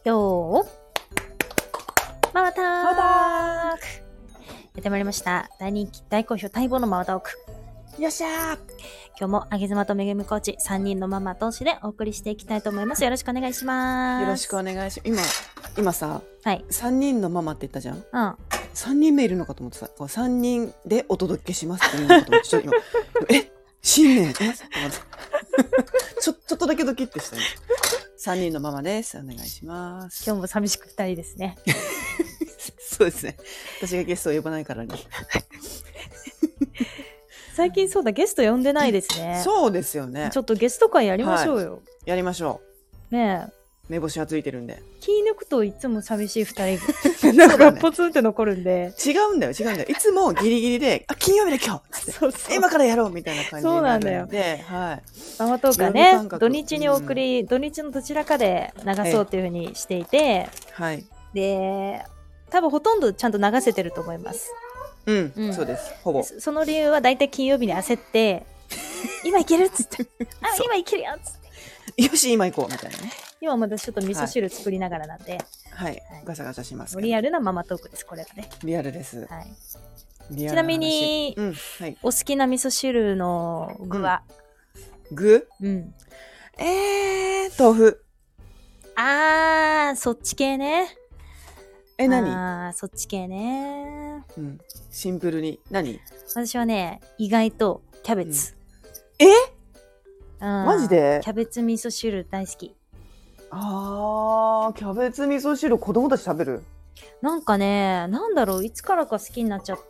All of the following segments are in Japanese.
よーママターママタクやってまいりました。大人気、大好評、待望のママトーク。 よっしゃー。 今日もあげずまとめぐみコーチ3人のママ同士でお送りしていきたいと思います。よろしくお願いします。 よろしくお願いします。今さ、 はい。 3人のママって言ったじゃん。 うん。 3人目いるのかと思ってさ、こう3人でお届けしますっていうのかと思って、ちょっと今、新年、ちょっとだけドキッてしたね。3人のママです。お願いします。 今日も寂しく2人ですね。 そうですね。私がゲストを呼ばないからね。 最近そうだ、ゲスト呼んでないですね。 そうですよね。 ちょっとゲスト会やりましょうよ。 やりましょう。ねえ。 目星はついてるんで。 気抜くといつも寂しい2人がなんかポツンって残るんで。 違うんだよ。いつもギリギリで、金曜日で今日つってそうそう今からやろうみたいな感じになるんで。 そうなんだよ。はい。 ママトークはね、 土土日に土日のどちらかで流そうっていう風にしていて、 はい。 で、多分ほとんどちゃんと流せてると思います。 うん、そうです。ほぼ。 その理由は大体金曜日に焦って、今いけるっつって、今いけるよっつって。 よし、今行こうみたいなね。 今まだちょっと味噌汁作りながらなんで、 はい。ガサガサします。 リアルなママトークです、これがね。 リアルです。 はい。 ちちなみに、 はい、 お好きな味噌汁の具は、 具？豆腐。 そっち系ね。 何？ そっち系ね。 シンプルに。何？ 私はね、意外とキャベツ。 マジで？ キャベツ味噌汁大好き。 キャベツ味噌汁子供たち食べる？ なんかね、なんだろう、いつからか好きになっちゃって。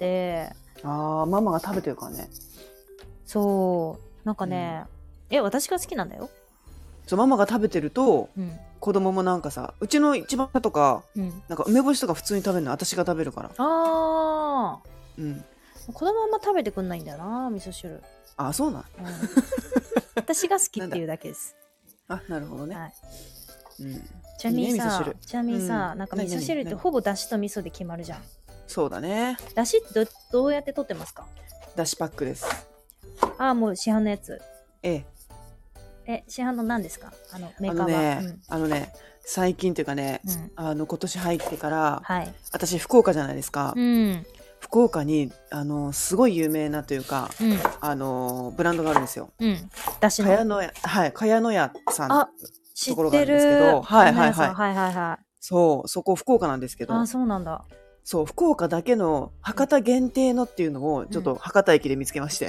ママが食べてるからね。 そう。なんかね、私が好きなんだよ。 そう、ママが食べてると、子供もなんかさ、うちの一番下とか、なんか梅干しとか普通に食べるの私が食べるから。 子供あんま食べてくんないんだよな、味噌汁。 そうなん？ 私が好きっていうだけです。 なるほどね。 はい。ちなみにさ、なんか味噌汁ってほぼだしと味噌で決まるじゃん。 そうだね。 だしってどうやって取ってますか？だしパックです。 もう市販のやつ。市販の何ですか？メーカーは。 最近っていうかね、今年入ってから、私福岡じゃないですか。福岡にすごい有名なというか、ブランドがあるんですよ。 だしの。 茅野屋さんのところがあるんですけど、そこ福岡なんですけど。 そうなんだ。 そう、福岡だけの博多限定のっていうのをちょっと博多駅で見つけまして。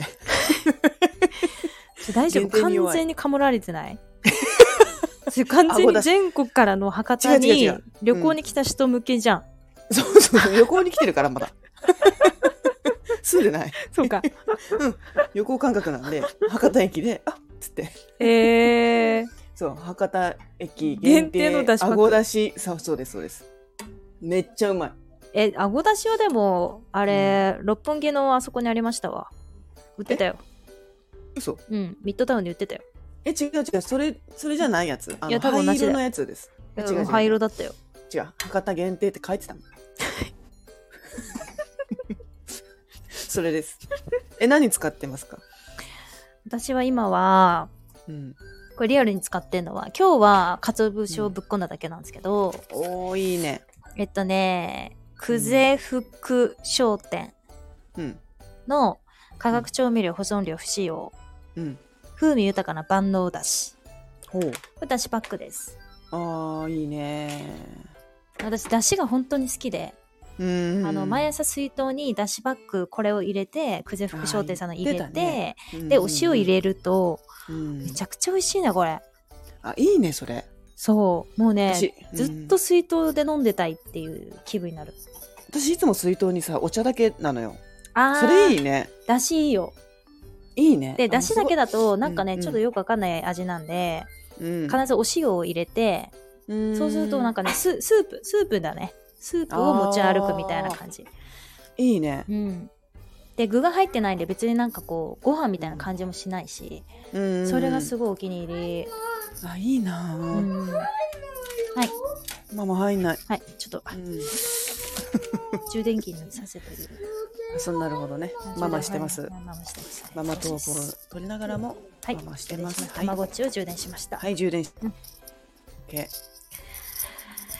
大丈夫？完全にかもられてない？完全に全国からの博多に旅行に来た人向けじゃん。 そう、旅行に来てるからまだ。住んでない。 そうか。 旅行感覚なんで、博多駅で、つって。そう、博多駅限定のだしパック。あごだし、そうです。めっちゃうまい。 あごだしはでも、六本木のあそこにありましたわ。売ってたよ。 嘘？ ミッドタウンで売ってたよ。 違う。それじゃないやつ。 いや、多分灰色のやつです。 違う。灰色だったよ。 違う。博多限定って書いてたもん。それです。何使ってますか？ 私は今は、これリアルに使ってんのは、今日は鰹節をぶっこんだだけなんですけど、 いいね。 久世福商店の化学調味料保存料不使用、風味豊かな万能だし、これだしパックです。 いいね。 私だしが本当に好きで、毎朝水筒にだしパックこれを入れて、久世福商店さんの入れて、でお塩入れると、めちゃくちゃ美味しいねこれ。 いいねそれ。 そうもうね、ずっと水筒で飲んでたいっていう気分になる。 私いつも水筒にさお茶だけなのよ。それいいね。 だしいいよ。 いいね。 でだしだけだとなんかね、ちょっとよくわかんない味なんで、必ずお塩を入れて、そうするとなんかねスープだね。スープを持ち歩くみたいな感じ。 いいね。 で具が入ってないんで別になんかこうご飯みたいな感じもしないし、それがすごいお気に入り。 いいな。 はい。 ママ入んない。 はい。ちょっと充電器にさせてる。 なるほどね。ママしてます。ママトークを取りながらもママしてます。 たまごっちを充電しました。 はい、充電。OK。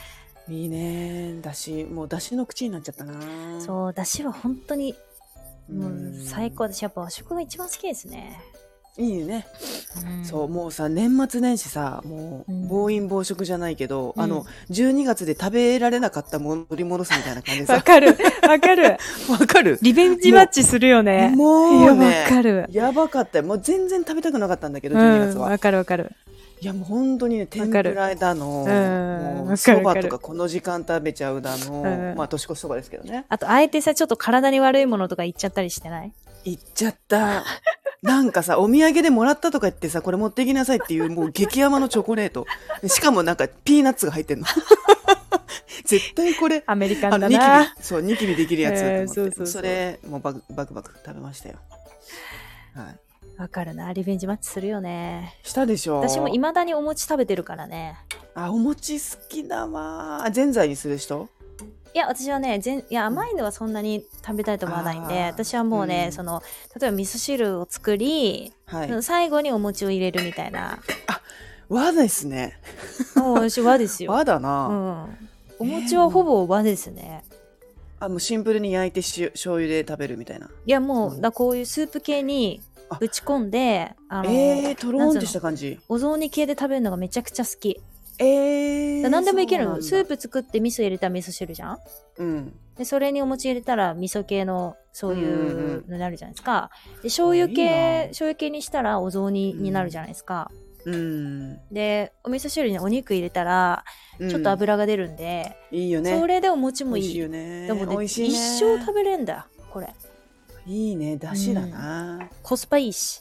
いいね。だし、もうだしの口になっちゃったな。 そう、だしは本当に、もう最高。私やっぱ和食が一番好きですね。 いいね、そうもうさ年末年始さもう暴飲暴食じゃないけど、12月で食べられなかったものを取り戻すみたいな感じでさ。 わかるわかるわかる。 リベンジマッチするよね。 もうね、 わかる。 やばかったよ。もう全然食べたくなかったんだけど12月は。 わかるわかる。 いやもう本当にね天ぷらだの、もうそばとかこの時間食べちゃうだの、まあ年越しそばですけどね。 あとあえてさちょっと体に悪いものとか言っちゃったりしてない？ 言っちゃった。なんかさお土産でもらったとか言ってさこれ持ってきなさいっていうもう激甘のチョコレート。しかもなんかピーナッツが入ってんの。絶対これアメリカンだな。 ニキビできるやつと思って、それもうバクバク食べましたよ。はい。 わかるな。リベンジマッチするよね。 したでしょ。 私も未だにお餅食べてるからね。 あ、お餅好きだわ。ぜんざいにする人？ いや私はね甘いのはそんなに食べたいと思わないんで、私はもうね、例えば味噌汁を作り、最後にお餅を入れるみたいな。 あ、和ですね。 私和ですよ。 和だな。 お餅はほぼ和ですね。 もうシンプルに焼いて醤油で食べるみたいな。 いやもう、こういうスープ系にぶち込んでとろーんとした感じ。 お雑煮系で食べるのがめちゃくちゃ好き。何でもいけるの。スープ作って味噌入れたら味噌汁じゃん。でそれにお餅入れたら味噌系のそういうのになるじゃないですか。で醤油系にしたらお雑煮になるじゃないですか。でお味噌汁にお肉入れたらちょっと油が出るんで、いいよね。それでお餅もいい。 美味しいよね。 でもね、一生食べれんだこれ。 いいね、だしだな。 コスパいいし。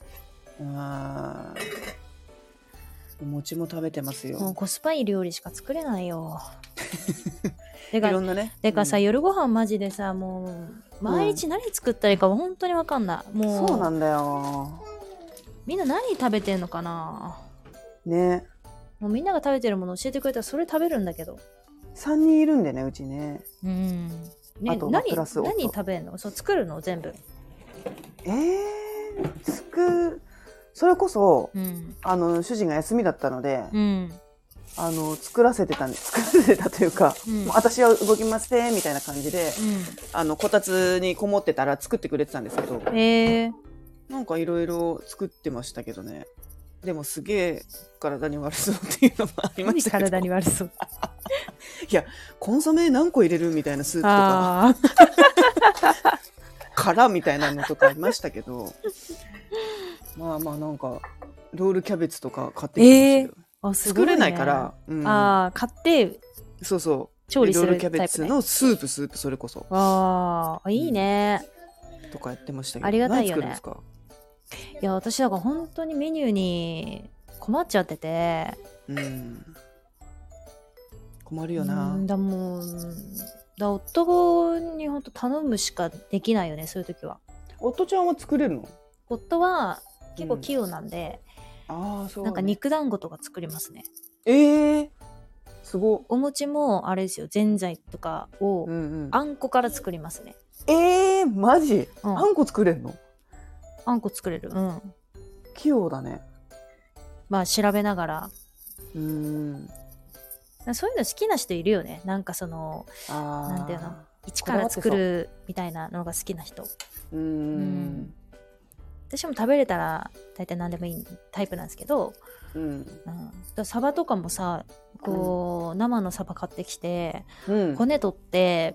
お餅も食べてますよ。 もうコスパいい料理しか作れないよ。 いろんなね。 でかさ、夜ご飯マジでさ、もう毎日何作ったらいいか本当に分かんない。もうそうなんだよ。 みんな何食べてんのかな。 ね。 もうみんなが食べてるもの教えてくれたらそれ食べるんだけど。 3人いるんでね、うちね。 ね、何食べんの？作るの全部。 それこそ、主人が休みだったので、作らせてたというか、もう私は動きませんみたいな感じで、こたつにこもってたら作ってくれてたんですけど、なんかいろいろ作ってましたけどね。でもすげえ体に悪そうっていうのもありましたけど。 体に悪そう。 いや、コンソメ何個入れるみたいなスープとか、殻みたいなのとかありましたけど、まあまあなんかロールキャベツとか買ってきてましたけど、作れないから、 買って調理するロールキャベツのスープそれこそ。 いいね。 とかやってましたけど。 ありがたいよね。 何作るんですか？ いや私だから本当にメニューに困っちゃってて。 困るよな。 夫に本当頼むしかできないよね、そういう時は。 夫ちゃんは作れるの？夫は結構器用なんで、なんか肉団子とか作りますね。 すごい。 お餅もあれですよ、ぜんざいとかをあんこから作りますね。 マジ？あんこ作れるの？ あんこ作れる。 器用だね。 まあ調べながら。そういうの好きな人いるよね。なんかなんていうの、一から作るみたいなのが好きな人。私も食べれたら大体何でもいいタイプなんですけど、サバとかもさ、生のサバ買ってきて、骨取って、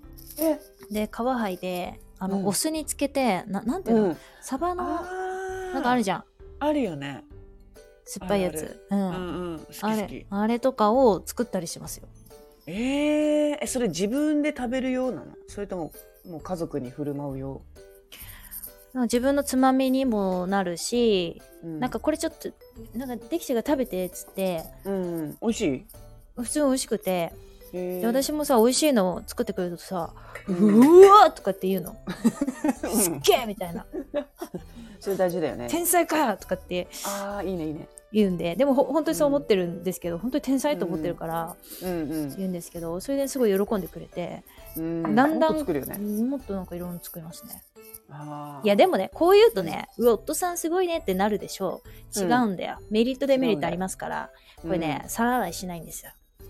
で皮剥いでお酢につけて、なんていうの、サバのなんかあるじゃん。 あるよね。 酸っぱいやつ。あれとかを作ったりしますよ。 それ自分で食べるようなの？それとももう家族に振る舞うよう？ 自分のつまみにもなるし、なんかこれちょっとなんかできてから食べてっつって、 美味しい？ 普通に美味しくて、で私もさ美味しいのを作ってくれるとさ、うわーとかって言うの。すっげーみたいな。 それ大事だよね。 天才かとかっていいねいいね言うんで、でも本当にそう思ってるんですけど、本当に天才と思ってるから言うんですけど、それですごい喜んでくれて、だんだんもっとなんかいろんな作りますね。いやでもね、こう言うとね、夫さんすごいねってなるでしょう。違うんだよ。メリットデメリットありますから、これね、皿洗いしないんですよ。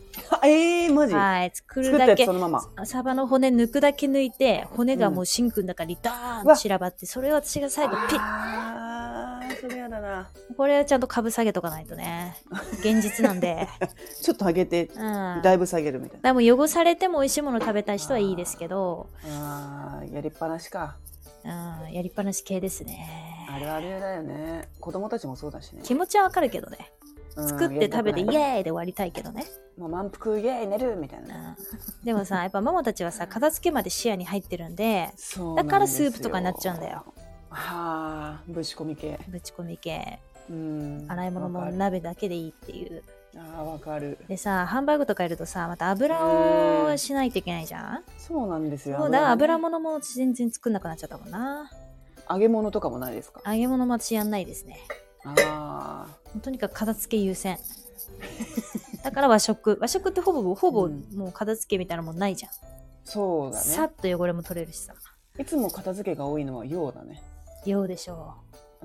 マジ？ はい。作るだけ。 そのまま。 サバの骨抜くだけ抜いて、骨がもうシンクの中にダーンと散らばって、それを私が最後ピッ。 それやだな。 これはちゃんと株下げとかないとね。現実なんで。 ちょっと上げて、だいぶ下げるみたいな。 でも汚されても美味しいもの食べたい人はいいですけど。 やりっぱなしか。 やりっぱなし系ですね。 あるあるだよね。子供たちもそうだしね。 気持ちはわかるけどね。作って食べてイエーイで終わりたいけどね。 もう満腹イエーイ寝るみたいな。 でもさ、やっぱママたちはさ、片付けまで視野に入ってるんで、だからスープとかになっちゃうんだよ。 ぶち込み系。 ぶち込み系。洗い物も鍋だけでいいっていう。 わかる。 でさ、ハンバーグとかやるとさ、また油をしないといけないじゃん。 そうなんですよ。 そうだ、油物も全然作んなくなっちゃったもんな。 揚げ物とかもないですか？ 揚げ物も私やんないですね。とにかく片付け優先。だから和食ってほぼもう片付けみたいなもんないじゃん。 そうだね。 さっと汚れも取れるしさ。 いつも片付けが多いのは洋だね。 洋でしょう。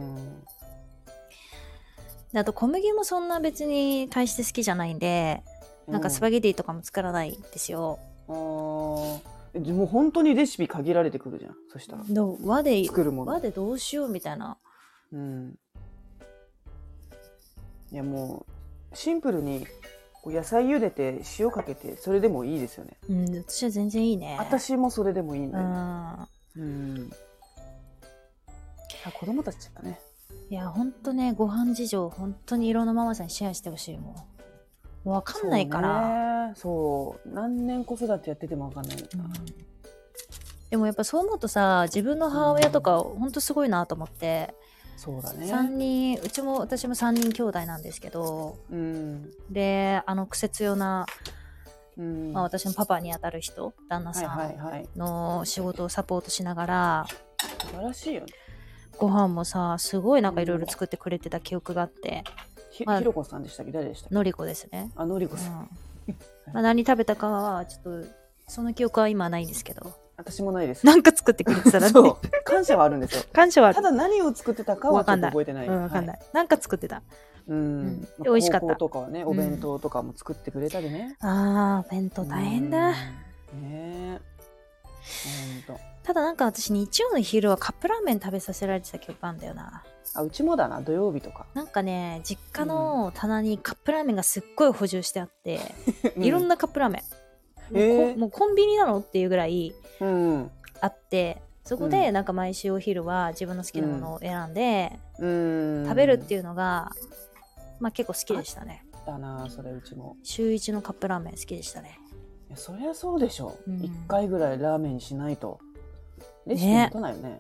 あと小麦もそんな別に大して好きじゃないんで、なんかスパゲティとかも作らないんですよ。 もう本当にレシピ限られてくるじゃん。そしたら和で作るもの。 和でどうしようみたいな。 いやもうシンプルに野菜茹でて塩かけてそれでもいいですよね。 私は全然いいね。 私もそれでもいいんだよね。子供たちがね。 いやほんとね、ご飯事情本当にいろんなママさんにシェアしてほしいもん。もう分かんないから。 そう何年子育てやってても分かんない、 でもやっぱそう思うとさ、自分の母親とかほんとすごいなと思って。 そうだね。 私も3人兄弟なんですけど、で癖強な、私のパパにあたる人、旦那さんの仕事をサポートしながら、 素晴らしいよね。 ご飯もさ、すごいなんかいろいろ作ってくれてた記憶があって、 ひろこさんでしたっけ？誰でしたっけ？ のりこですね。 のりこさん。 何食べたかはちょっとその記憶は今はないんですけど。 私もないです。 なんか作ってくれてたらね。 そう。感謝はあるんですよ。 感謝はある。 ただ何を作ってたかはちょっと覚えてない。 わかんない。なんか作ってた。 美味しかった。高校とかはね、お弁当とかも作ってくれたりね。 お弁当大変だ。ただなんか私日曜の昼はカップラーメン食べさせられてた記憶あるんだよな。 うちもだな、土曜日とか。 なんかね、実家の棚にカップラーメンがすっごい補充してあって、いろんなカップラーメン。もうコンビニなのっていうぐらいあって、そこでなんか毎週お昼は自分の好きなものを選んで食べるっていうのが、結構好きでしたね。 だな、それうちも。 週1のカップラーメン好きでしたね。 いやそりゃそうでしょ。1回ぐらいラーメンにしないとレシピ持たないよね。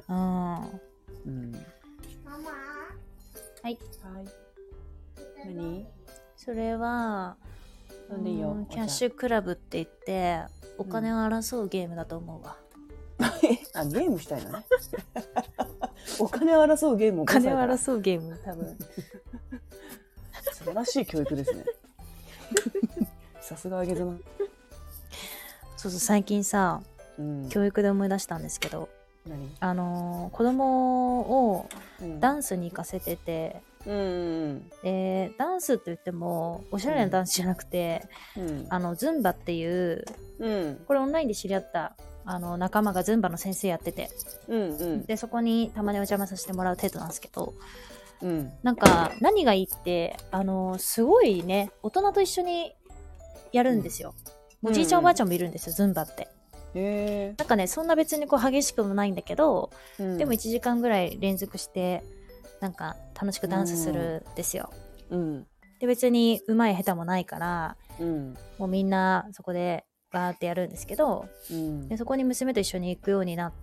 はい。何？ それはキャッシュクラブって言ってお金を争うゲームだと思うわ。 ゲームしたいのね。お金を争うゲームを。 お金を争うゲーム、多分。 素晴らしい教育ですね。さすがあげずま。 そうそう、最近さ、教育で思い出したんですけど、子供をダンスに行かせてて、ダンスって言ってもおしゃれなダンスじゃなくて、ズンバっていう、これオンラインで知り合った仲間がズンバの先生やってて、でそこにたまにお邪魔させてもらう程度なんですけど、なんか何がいいってすごいね、大人と一緒にやるんですよ。おじいちゃんおばあちゃんもいるんですよ、ズンバって。なんかね、そんな別に激しくもないんだけど、でも1時間ぐらい連続してなんか楽しくダンスするんですよ。で別に上手い下手もないから、もうみんなそこでバーってやるんですけど、でそこに娘と一緒に行くようになって、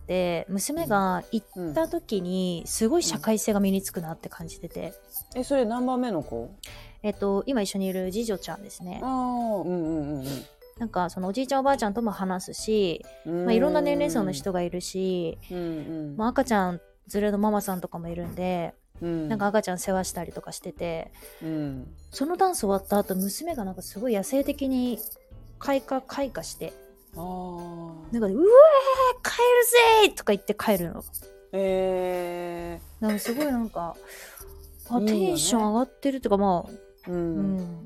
娘が行った時にすごい社会性が身につくなって感じてて。 それ何番目の子？ 今一緒にいる次女ちゃんですね。なんかそのおじいちゃんおばあちゃんとも話すし、いろんな年齢層の人がいるし、赤ちゃん連れのママさんとかもいるんで、なんか赤ちゃん世話したりとかしてて、そのダンス終わった後、娘がなんかすごい野生的に開花して、なんか、うえー帰るぜーとか言って帰るの。なんかすごいなんか、テンション上がってるっていうか、 うん、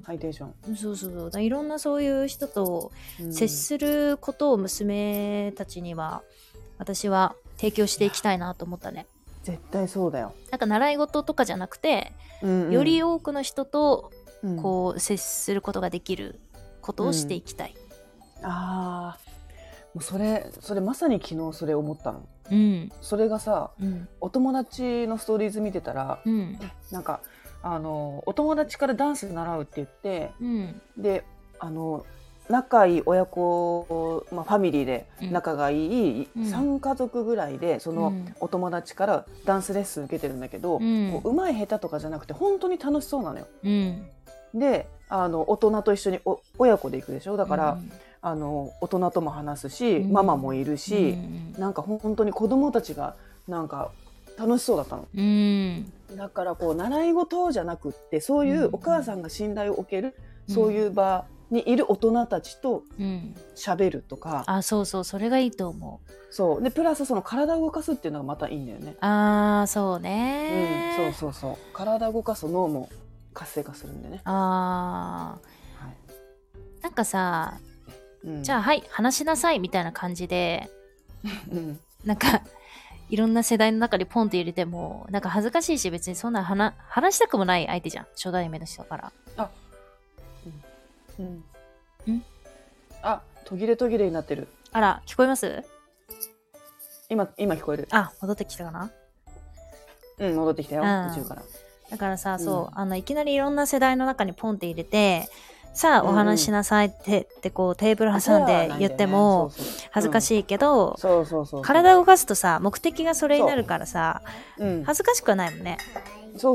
ハイテンション。 そうそうそう。いろんなそういう人と接することを娘たちには、私は提供していきたいなと思ったね。 絶対そうだよ。 なんか習い事とかじゃなくて、より多くの人とこう接することができることをしていきたい。 ああ、もうそれまさに昨日それ思ったの。それがさ、お友達のストーリーズ見てたら、なんかお友達からダンス習うって言って、で仲いい親子、ファミリーで仲がいい3家族ぐらいで、そのお友達からダンスレッスン受けてるんだけど、うまい下手とかじゃなくて本当に楽しそうなのよ。で大人と一緒に親子で行くでしょ。だから、大人とも話すし、ママもいるし、なんか本当に子供たちがなんか楽しそうだったの。だからこう習い事じゃなくって、そういうお母さんが信頼を置ける、そういう場にいる大人たちと喋るとか、 そうそう、それがいいと思う。 そうで、プラスその体を動かすっていうのがまたいいんだよね。 そうね、 そう体を動かすと脳も活性化するんでね。 なんかさ、じゃあはい話しなさいみたいな感じで、なんかいろんな世代の中にポンって入れてもなんか恥ずかしいし、別にそんな話したくもない相手じゃん、初対面の人から。 途切れになってる。 あら、聞こえます？ 今聞こえる。 戻ってきたかな？ 戻ってきたよ、途中から。 だからさ、いきなりいろんな世代の中にポンって入れて、さあお話しなさいってこうテーブル挟んで言っても恥ずかしいけど、体を動かすとさ、目的がそれになるからさ、恥ずかしくはないもんね。 そう、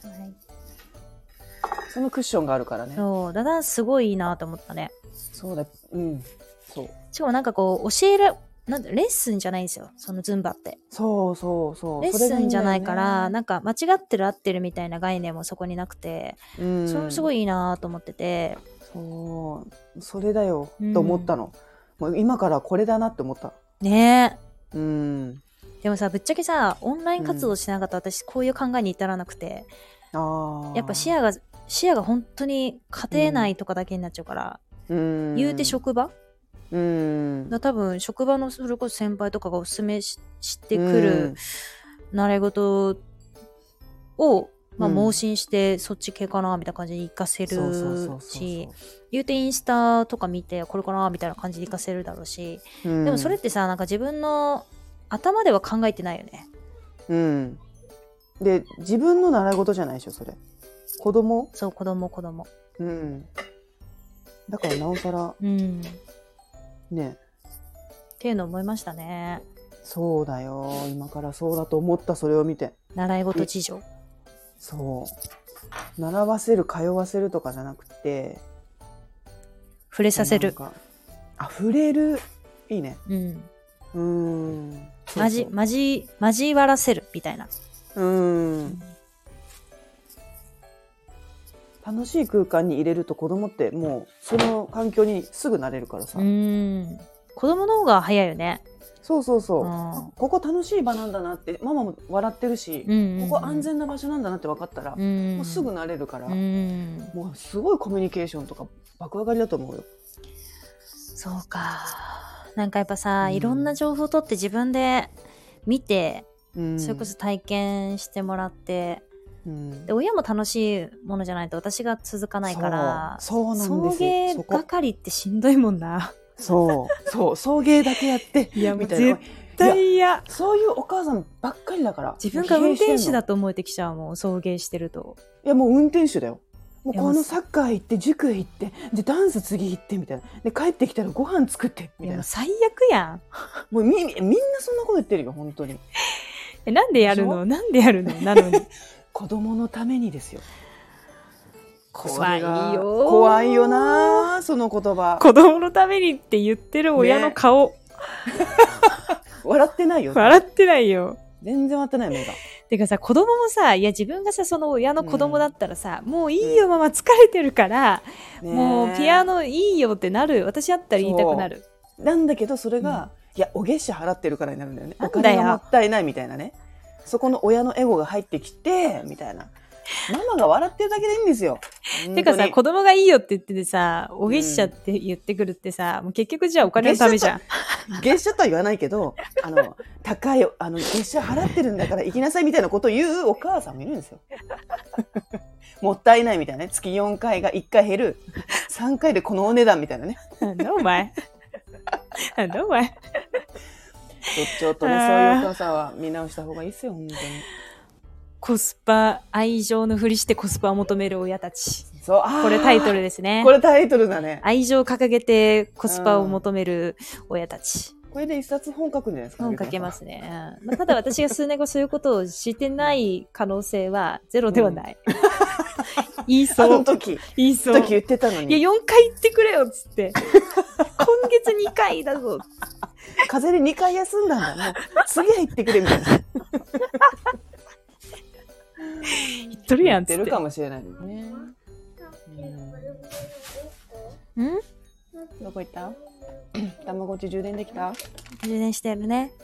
そのクッションがあるからね。 ダダンスすごいいいなと思ったね。 そうだ、そう。 しかもなんかこうレッスンじゃないんですよ、そのズンバって。 そう。 レッスンじゃないから、なんか間違ってる合ってるみたいな概念もそこになくて、それもすごいいいなと思ってて。 それだよと思ったの。もう今からこれだなって思ったね。でもさ、ぶっちゃけさ、オンライン活動しなかった私こういう考えに至らなくて、やっぱ視野が本当に家庭内とかだけになっちゃうから、言うて職場多分職場のそれこそ先輩とかがおすすめしてくる習い事を、盲信してそっち系かなみたいな感じで活かせるし、言うてインスタとか見てこれかなみたいな感じで活かせるだろうし、でもそれってさ、なんか自分の頭では考えてないよね。 で、自分の習い事じゃないでしょ、それ。子供。 そう、子供。 だからなおさら、ねっていうの思いましたね。 そうだよ、今からそうだと思った。それを見て。 習い事事情。 習わせる、通わせるとかじゃなくて、 触れさせる。 触れる、いいね。 交わらせるみたいな。 楽しい空間に入れると子供ってもうその環境にすぐ慣れるからさ。 子供の方が早いよね。 そう。ここ楽しい場なんだなって、ママも笑ってるし、ここ安全な場所なんだなって分かったら、もうすぐ慣れるから、もうすごいコミュニケーションとか爆上がりだと思うよ。 そうか。なんかやっぱさ、いろんな情報を取って自分で見て、それこそ体験してもらって、で親も楽しいものじゃないと私が続かないから、 そうなんです。 送迎係ってしんどいもんな。 送迎だけやってみたいな。 絶対嫌。 そういうお母さんばっかりだから。 自分が運転手だと思えてきちゃうもん、送迎してると。 いや、もう運転手だよ。もうこのサッカー行って塾行ってでダンス次行ってみたいな、で帰ってきたらご飯作ってみたいな。 最悪やん。 もうみんなそんなこと言ってるよ、本当に。 なんでやるのなのに。 子供のためにですよ。 怖いよな、その言葉。 子供のためにって言ってる親の顔、 笑ってないよ。 笑ってないよ。 全然笑ってない目が。 てかさ、子供もさ、いや自分がさ、その親の子供だったらさ、もういいよママ疲れてるから、もうピアノいいよってなる。私だったら言いたくなる。 なんだけどそれが、いやお月謝払ってるからになるんだよね。お金がもったいないみたいなね。そこの親のエゴが入ってきてみたいな。ママが笑ってるだけでいいんですよ。 てかさ、子供がいいよって言っててさ、お月謝って言ってくるってさ、もう結局じゃあお金のためじゃん。 月謝とは言わないけど、高い、月謝払ってるんだから行きなさいみたいなことを言うお母さんもいるんですよ。もったいないみたいなね。月4回が1回減る。3回でこのお値段みたいなね。 なんだお前。なんだお前。 ちょっとね、そういうお母さんは見直した方がいいですよ、本当に。 コスパ、愛情のふりしてコスパを求める親たち。 そう、 これタイトルですね。 これタイトルだね。 愛情を掲げてコスパを求める親たち。 これで一冊本書くんじゃないですか。 本書けますね。ただ私が数年後そういうことをしてない可能性はゼロではない。言いそう。 あの時言ってたのに。 いや、4回言ってくれよっつって。今月2回だぞ。 風邪で2回休んだんだ。もう次は言ってくれみたいな。 言っとるやんっつって。 言ってるかもしれないですね。どこ行った？たまごっち充電できた？ 充電してるね。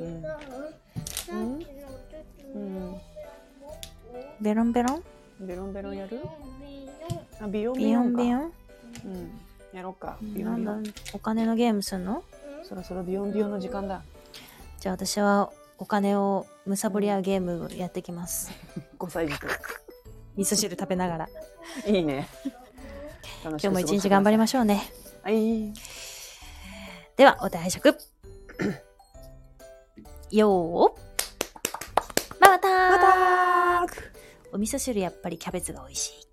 ベロンベロン？ ベロンベロンやる？あ、ビヨンビヨンビヨン？ やろうか。 なんだ、お金のゲームすんの？ そろそろビヨンビヨンの時間だ。 じゃあ私はお金をむさぼり合うゲームやってきます。 5歳児と味噌汁食べながら。 いいね。 今日も一日頑張りましょうね。 はい。 では、お手拝借。よー。またー。お味噌汁やっぱりキャベツが美味しい。